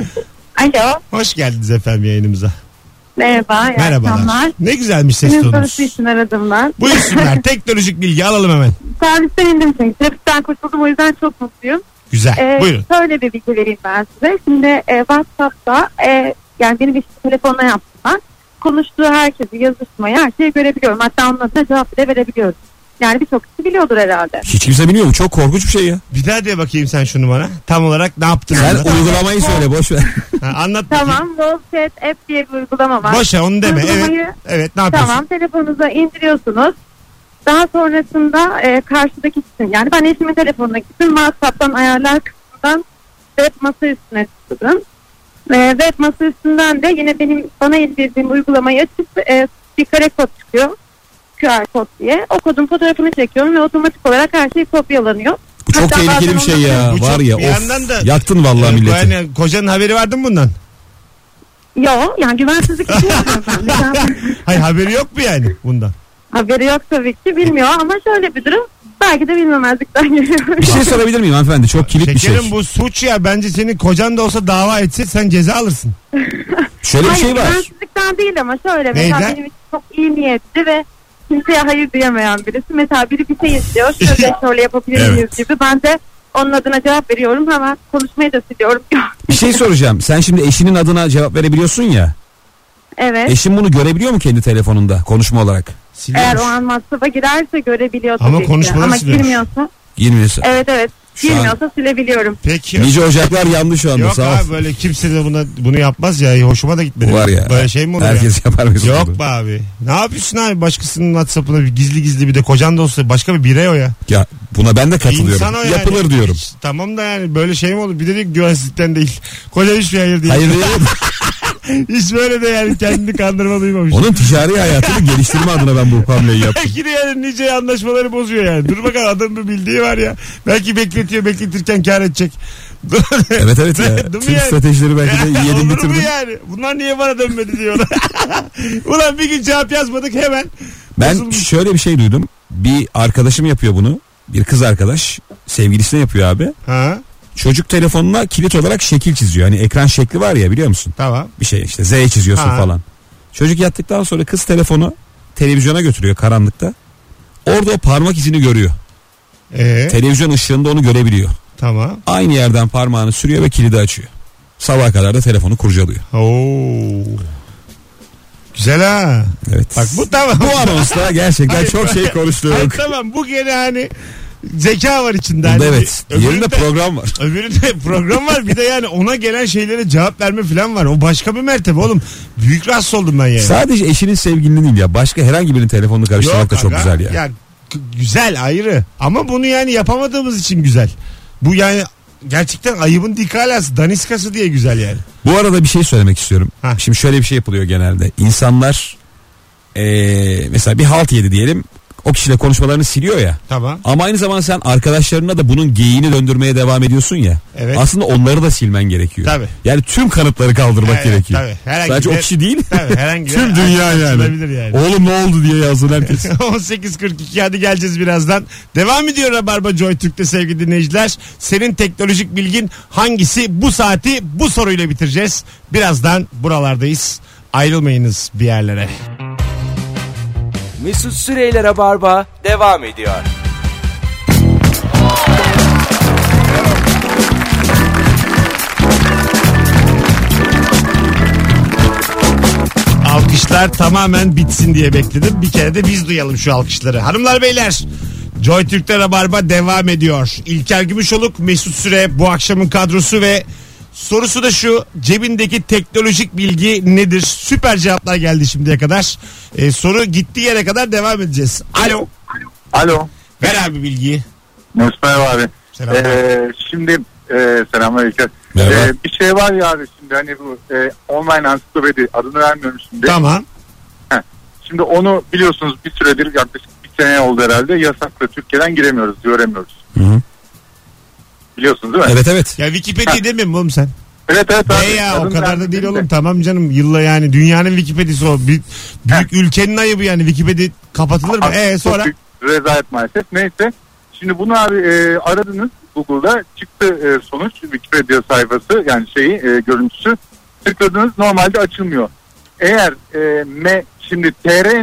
Alo. Hoş geldiniz efendim yayınımıza. Merhaba. iyi Merhabalar. akşamlar. Ne güzelmiş ses Senin tonunuz. sorusu için aradım ben. Buyursunlar. Teknolojik bilgi alalım hemen. Servisten indim çünkü. Trafikten kurtuldum o yüzden çok mutluyum. Güzel. Ee, Buyurun. Şöyle bir bilgi vereyim ben size. Şimdi e, WhatsApp'ta e, yani benim bir telefonla yaptım ben. Konuştuğu herkesi, yazışmayı, her şeyi görebiliyorum. Hatta onun adına cevap bile verebiliyorum. Yani birçok kişi biliyordur herhalde. Hiç kimse bilmiyor mu? Çok korkunç bir şey ya. Bir daha de bakayım sen şunu bana. Tam olarak ne yaptın? Sen anlat. uygulamayı söyle boş ver. Ha, anlat bakayım. Tamam, WhatsApp app diye bir uygulama var. Boş ver onu deme. Evet. Uygulamayı- Evet ne yapıyorsun? Tamam, telefonunuza indiriyorsunuz. Daha sonrasında e, karşıdaki kişinin, yani ben eşimin telefonuna gittim. WhatsApp'tan ayarlar kısmından web masa üstüne tıkladım. E, web masa üstünden de yine benim bana indirdiğim uygulamayı açıp e, bir kare kod çıkıyor. Q R kod diye. O kodun fotoğrafını çekiyorum ve otomatik olarak her şey kopyalanıyor. Bu çok Hatta tehlikeli bir bazen şey ya. Bu çok- Var ya bir of. yandan da- Yaktın vallahi Ee, milleti. Yani kocanın haberi vardı mı bundan? Yok, yani güvensizlik için yapmıyorum ben. Mesela Hayır haberi yok mu yani bundan? haberi yok tabii ki, bilmiyor ama şöyle bir durum. Belki de bilmemezlikten geliyor. Bir şey sorabilir miyim hanımefendi? Çok kilit bir Şekerim şey. bu suç ya. Bence senin kocan da olsa dava etse sen ceza alırsın. Şöyle bir Hayır, şey var. güvensizlikten değil ama şöyle. Mesela Neyden? benim için çok iyi niyetli ve kimseye hayır diyemeyen birisi. Mesela biri bir şey istiyor. Şöyle şöyle yapabilir miyiz Evet. gibi. Ben de onun adına cevap veriyorum. Hemen konuşmayı da siliyorum. Bir şey soracağım. Sen şimdi eşinin adına cevap verebiliyorsun ya. Evet. Eşin bunu görebiliyor mu kendi telefonunda konuşma olarak? Eğer Siliyormuş. o an WhatsApp'a girerse görebiliyor Ama tabii ki. konuşmaları Ama siliyormuş. girmiyorsa. Girmiyorsa. Evet evet. Şu an- Girmiyorsa silebiliyorum. Peki. Nice ocaklar yandı şu anda Yok sağ ol. abi böyle kimse de buna, bunu yapmaz ya. Hoşuma da gitmedi. Var ya. Böyle şey mi olur Herkes ya? yapar mı? Yok be abi. Ne yapıyorsun abi? Başkasının WhatsApp'ına bir gizli gizli bir de kocan da olsa başka bir birey o ya. Ya buna ben de katılıyorum. İnsan o yani. Yapılır diyorum. Hiç- tamam da yani böyle şey mi olur? Bir de diyor ki güvensizlikten değil. Koca hiçbir hayır değil. Hayır değil. Hiç böyle de yani kendini kandırma duymamış. Onun ticari hayatını geliştirme adına ben bu hamleyi yaptım. Belki de yani nice anlaşmaları bozuyor yani. Dur bakalım adamın bir bildiği var ya. Belki bekletiyor bekletirken kar edecek. Evet evet ya. Değil mi Tüm yani? stratejileri belki de yedim Olur mu bitirdim. yani? Bunlar niye bana dönmedi diyorlar. Ulan bir gün cevap yazmadık hemen. Ben Bozulmuş. şöyle bir şey duydum. Bir arkadaşım yapıyor bunu. Bir kız arkadaş sevgilisine yapıyor abi. Ha, Çocuk telefonuna kilit olarak şekil çiziyor. Hani ekran şekli var ya biliyor musun? tamam. Bir şey işte Z çiziyorsun Ha. falan. Çocuk yattıktan sonra kız telefonu televizyona götürüyor karanlıkta. Orada o parmak izini görüyor. Ee, Televizyon ışığında onu görebiliyor. tamam. Aynı yerden parmağını sürüyor ve kilidi açıyor. Sabaha kadar da telefonu kurcalıyor. Oo. Güzel ha. Evet. Bak bu tamam. Bu anonsta gerçekten Hayır, çok şey konuştuk. Hayır, tamam bu gene hani zeka var içinde. Bunda Hani evet. bir- Diğerinde öbüründe- program var. Öbüründe program var bir de yani ona gelen şeylere cevap verme falan var. O başka bir mertebe oğlum. Büyük rahatsız oldum ben yani. Sadece eşinin sevgilinin değil ya. Başka herhangi birinin telefonunu karıştırmak da çok aga. güzel ya. Ya, g- güzel ayrı. Ama bunu yani yapamadığımız için güzel. Bu yani gerçekten ayıbın dikalası, daniskası diye güzel yani. Bu arada bir şey söylemek istiyorum. Hah. Şimdi şöyle bir şey yapılıyor genelde. İnsanlar eee, mesela bir halt yedi diyelim. o kişiyle konuşmalarını siliyor ya. Tamam. Ama aynı zamanda sen arkadaşlarına da bunun geyiğini döndürmeye devam ediyorsun ya. Evet. Aslında onları da silmen gerekiyor. Tabii. Yani tüm kanıtları kaldırmak Evet, gerekiyor. tabii. Herhangi Sadece bir- o kişi değil. Tabii, herhangi bir- tüm dünya yani. açılabilir yani. Oğlum ne oldu diye yazsın herkes. on sekiz kırk iki hadi geleceğiz birazdan. Devam ediyor Rabarba Joy Türk'te sevgili dinleyiciler. Senin teknolojik bilgin hangisi? Bu saati bu soruyla bitireceğiz. Birazdan buralardayız. Ayrılmayınız bir yerlere. Mesut Süreyler'e barba devam ediyor. Alkışlar tamamen bitsin diye bekledim. Bir kere de biz duyalım şu alkışları. Hanımlar beyler, Joy Türk'te Rabarba devam ediyor. İlker Gümüşoluk, Mesut Süre bu akşamın kadrosu ve sorusu da şu: cebindeki teknolojik bilgi nedir? Süper cevaplar geldi şimdiye kadar. Ee, soru gittiği yere kadar devam edeceğiz. Alo. Alo. Ver abi bilgiyi. Mesut merhaba abi. Selamlar. Ee, şimdi e, selamünaleyküm. Merhaba. Ee, bir şey var ya abi şimdi hani bu e, online ansiklopedi adını vermiyorum şimdi. Tamam. Şimdi onu biliyorsunuz bir süredir yaklaşık bir sene oldu herhalde yasaklı Türkiye'den giremiyoruz, göremiyoruz. Hı hı. Biliyorsunuz değil mi? Evet evet. Ya Wikipedia değil mi oğlum sen? Evet evet abi. E ya o Adını kadar da vermedim değil de. oğlum, tamam canım, yılla yani dünyanın Wikipedia'sı o. Bir, büyük ülkenin ayıbı yani, Wikipedia kapatılır mı? Abi, Eee çok sonra? büyük rezalet maalesef. Neyse. Şimdi bunu abi e, aradınız Google'da, çıktı e, sonuç Wikipedia sayfası, yani şeyi e, görüntüsü. Tıkladınız, normalde açılmıyor. Eğer e, m şimdi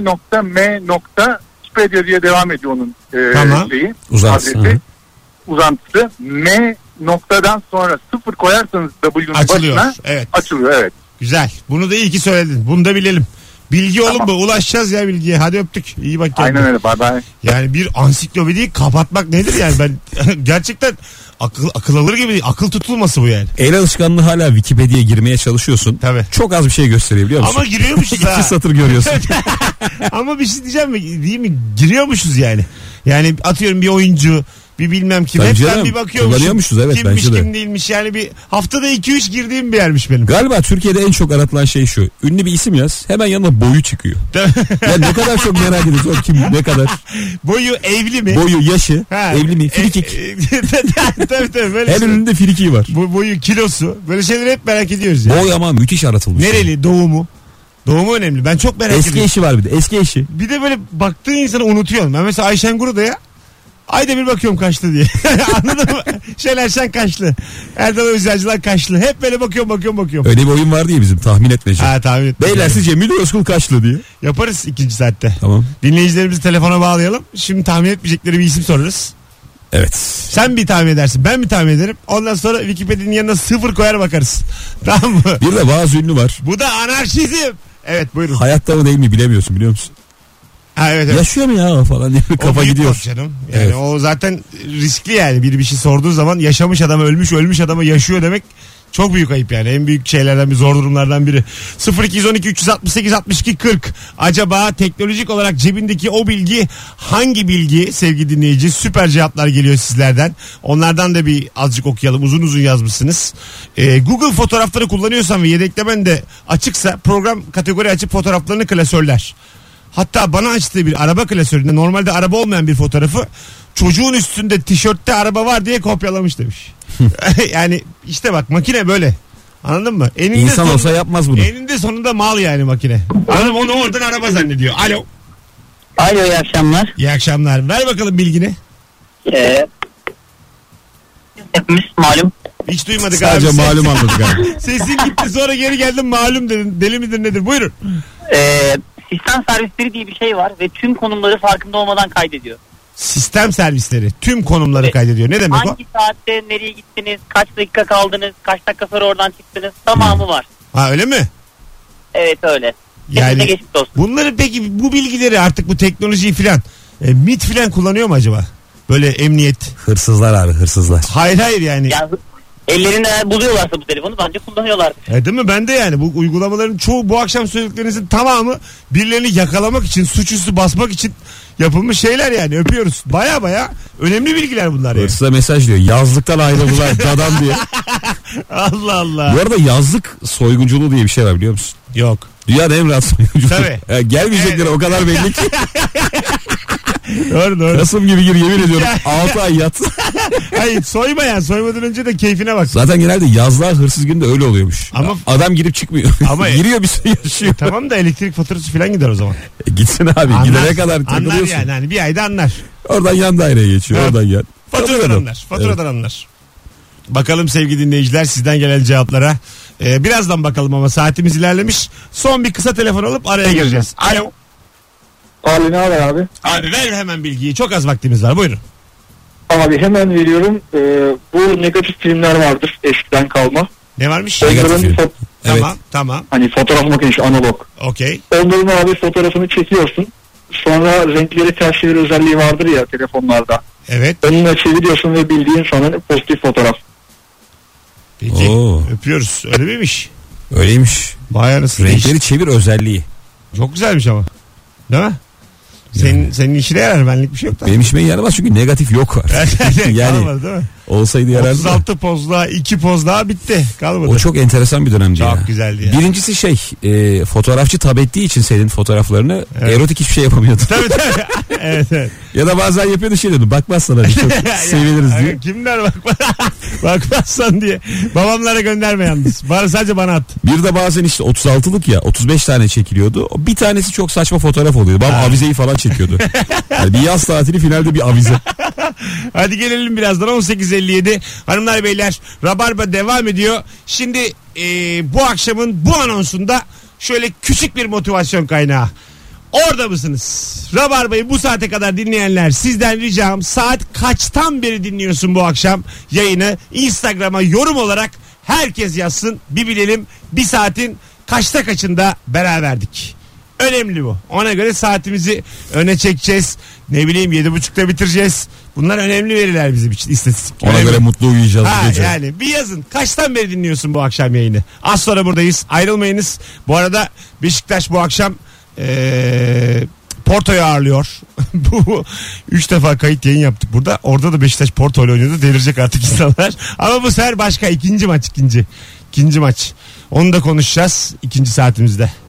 tr.m.wikipedia diye devam ediyor onun e, Tamam. şeyi. Uzantısı, adresi, hı. uzantısı. M noktadan sonra sıfır koyarsanız W'nun Açılıyor. başına Evet. açılıyor, evet. Güzel. Bunu da iyi ki söyledin. Bunu da bilelim. Bilgi oğlum Tamam. bu. Ulaşacağız ya bilgiye. Hadi öptük. İyi bak kendine. Aynen öyle, bye bye. Yani bir ansiklopediyi kapatmak nedir yani? Ben gerçekten akıl akıl alır gibi değil. Akıl tutulması bu yani. El alışkanlığı hala Wikipedia'ya girmeye çalışıyorsun. Tabii. Çok az bir şey gösteriyor biliyor musun? Ama giriyormuşuz ha. İki satır görüyorsun. Ama bir şey diyeceğim mi? Değil mi? Giriyormuşuz yani. Yani atıyorum bir oyuncu, bir bilmem kim. Tabii Hep canım, ben bir bakıyormuşum. kullanıyormuşuz, evet, Kimmiş bence de. kim değilmiş. Yani bir haftada iki üç girdiğim bir yermiş benim. Galiba Türkiye'de en çok aratılan şey şu: ünlü bir isim yaz, hemen yanına boyu çıkıyor. Ya ne kadar çok merak ediyoruz o kim, ne kadar. Boyu evli mi? Boyu, yaşı, Ha, evli mi, frikik. E, e, tabii tabii. Böyle Her şey- önünde frikiği var. Bu boyu, kilosu. Böyle şeyleri hep merak ediyoruz ya. Boy ama müthiş aratılmış. Nereli, doğumu? Doğumu önemli. Ben çok merak Eski ediyorum. eşi var bir de, eski eşi. Bir de böyle baktığın insanı unutuyorsun. Ben mesela Ayşen Guru'da ayda bir bakıyorum kaçlı diye. Anladın mı? Şener Şen kaçlı. Erdal Özyacılar kaçlı. Hep böyle bakıyorum bakıyorum bakıyorum. Öyle bir oyun var diye bizim tahmin etmece. Ha tahmin ettim. Beyler sizce Müdür Özkul kaçlı diye. Yaparız ikinci saatte. Tamam. Dinleyicilerimizi telefona bağlayalım. Şimdi tahmin etmeyecekleri bir isim sorarız. Evet. Sen bir tahmin edersin, ben bir tahmin ederim. Ondan sonra Wikipedia'nın yanına sıfır koyar bakarız. Tamam mı? Bir de bazı ünlü var. Bu da anarşizm. Evet buyurun. Hayatta mı değil mi bilemiyorsun, biliyor musun? Ha, evet, evet. Yaşıyor mu ya falan diye O kafa büyük gidiyor. kork canım. Yani Evet. o zaten riskli yani. Biri bir şey sorduğu zaman yaşamış adama ölmüş, ölmüş adama yaşıyor demek çok büyük ayıp yani. En büyük şeylerden bir, zor durumlardan biri. sıfır iki on iki üç altı sekiz altmış iki kırk. Acaba teknolojik olarak cebindeki o bilgi hangi bilgi sevgili dinleyici? Süper cevaplar geliyor sizlerden. Onlardan da bir azıcık okuyalım. Uzun uzun yazmışsınız. Ee, Google fotoğrafları kullanıyorsan ve yedeklemen de açıksa program kategori açıp fotoğraflarını klasörler. Hatta bana açtığı bir araba klasöründe normalde araba olmayan bir fotoğrafı çocuğun üstünde tişörtte araba var diye kopyalamış demiş. Yani işte bak, makine böyle. Anladın mı? Eninde İnsan sonunda, olsa yapmaz bunu. eninde sonunda mal yani makine. Anladın mı? Onu oradan araba zannediyor. Alo. Alo, iyi akşamlar. İyi akşamlar. Ver bakalım bilgini. Ee, hepimiz malum. Hiç duymadık Sadece abi. malum anladık abi. Sesin gitti, sonra geri geldin malum dedin. Deli midir nedir? Buyurun. Ee, sistem servisleri diye bir şey var ve tüm konumları farkında olmadan kaydediyor. Sistem servisleri tüm konumları Evet. kaydediyor. Ne demek o? Hangi saatte nereye gittiniz, kaç dakika kaldınız, kaç dakika sonra oradan çıktınız, tamamı var. Ha öyle mi? Evet öyle. Yani Hepinize geçmiş olsun. bunları peki, bu bilgileri artık bu teknolojiyi filan e, MİT filan kullanıyor mu acaba? Böyle emniyet. Hırsızlar abi, hırsızlar. Hayır hayır yani. Yani ellerinde eğer buluyorlarsa bu telefonu bence kullanıyorlardır. E, değil mi? Ben de yani bu uygulamaların çoğu, bu akşam söylediklerinizin tamamı birilerini yakalamak için, suçüstü basmak için yapılmış şeyler yani. Öpüyoruz. Baya baya önemli bilgiler bunlar yani. Hırsıza mesaj diyor. Yazlıktan ayrıldılar dadam diye. Allah Allah. Bu arada yazlık soygunculuğu diye bir şey var, biliyor musun? Yok. Dünyada en rahat soygunculuğu. Tabii. Yani gelmeyecekleri Evet. o kadar belli ki. Doğru doğru. Kasım gibi gir yemin ediyorum. altı ay yat. Hayır soyma ya. Soymadan önce de keyfine bak. Zaten genelde yazlığa hırsız günde öyle oluyormuş. Ama- Adam girip çıkmıyor. Ama- Giriyor bir süre yaşıyor. Tamam da elektrik faturası falan gider o zaman. E gitsin abi. Anlar, Gidene kadar anlar takılıyorsun. yani. Hani bir ayda anlar. Oradan yan daireye geçiyor. Ha. Oradan yan. Faturadan Kalıyorum. anlar. Faturadan anlar. Bakalım sevgili dinleyiciler sizden gelen cevaplara. Ee, birazdan bakalım ama saatimiz ilerlemiş. Son bir kısa telefon alıp araya gireceğiz. Alo. Abi ne haber abi? Abi ver hemen bilgiyi. Çok az vaktimiz var. Buyurun. Abi hemen veriyorum. Ee, bu negatif filmler vardır eskiden kalma. Ne varmış? Negatif Onların film. fo- Tamam tamam. hani fotoğraf makinesi analog. Okey. Onların abi fotoğrafını çekiyorsun. Sonra renkleri ters çevir özelliği vardır ya telefonlarda. Evet. Onunla çeviriyorsun ve bildiğin sana pozitif fotoğraf. Peki. Oo. Öpüyoruz. Öyle miymiş? Öyleymiş. Vay anasını. Renkleri çevir özelliği. Çok güzelmiş ama. Değil mi? Senin, senin işine yarar. Benlik bir şey yok da. Benim işime yaramaz çünkü negatif yok var. yani Kalmadı değil mi? olsaydı yarardı otuz da. altı poz daha, iki poz daha bitti. Kalmadı. O çok enteresan bir dönemdi Çok ya. güzeldi ya. Birincisi şey e, fotoğrafçı tab ettiği için senin fotoğraflarını Evet. erotik hiçbir şey yapamıyordu. Tabii tabii. evet evet. Ya da bazen yapıyordu şey diyordu bakmazsan hadi çok seviniriz Ya, diye. kimler bakma, bakmazsan diye. Babamlara gönderme yalnız. Bana sadece bana at. Bir de bazen işte otuz altılık ya otuz beş tane çekiliyordu. O bir tanesi çok saçma fotoğraf oluyordu. Babam avizeyi falan çekiyordu. Yani bir yaz tatili finalde bir avize. Hadi gelelim birazdan on sekiz elli yedi. Hanımlar beyler Rabarba devam ediyor. Şimdi e, bu akşamın bu anonsunda şöyle küçük bir motivasyon kaynağı. Orada mısınız? Rabarba'yı bu saate kadar dinleyenler sizden ricam saat kaçtan beri dinliyorsun bu akşam yayını? Instagram'a yorum olarak herkes yazsın bir bilelim bir saatin kaçta kaçında beraberdik. Önemli bu. Ona göre saatimizi öne çekeceğiz. Ne bileyim yedi buçukta bitireceğiz. Bunlar önemli veriler bizim için istatistik. Ona Önemli. göre mutlu uyuyacağız Ha, bu gece. yani bir yazın. Kaçtan beri dinliyorsun bu akşam yayını? Az sonra buradayız. Ayrılmayınız. Bu arada Beşiktaş bu akşam ee, Porto'yu ağırlıyor. Bu üç defa kayıt yayın yaptık burada. Orada da Beşiktaş Porto ile oynuyordu. Delirecek artık insanlar. Ama bu sefer başka. ikinci maç ikinci. İkinci maç. Onu da konuşacağız ikinci saatimizde.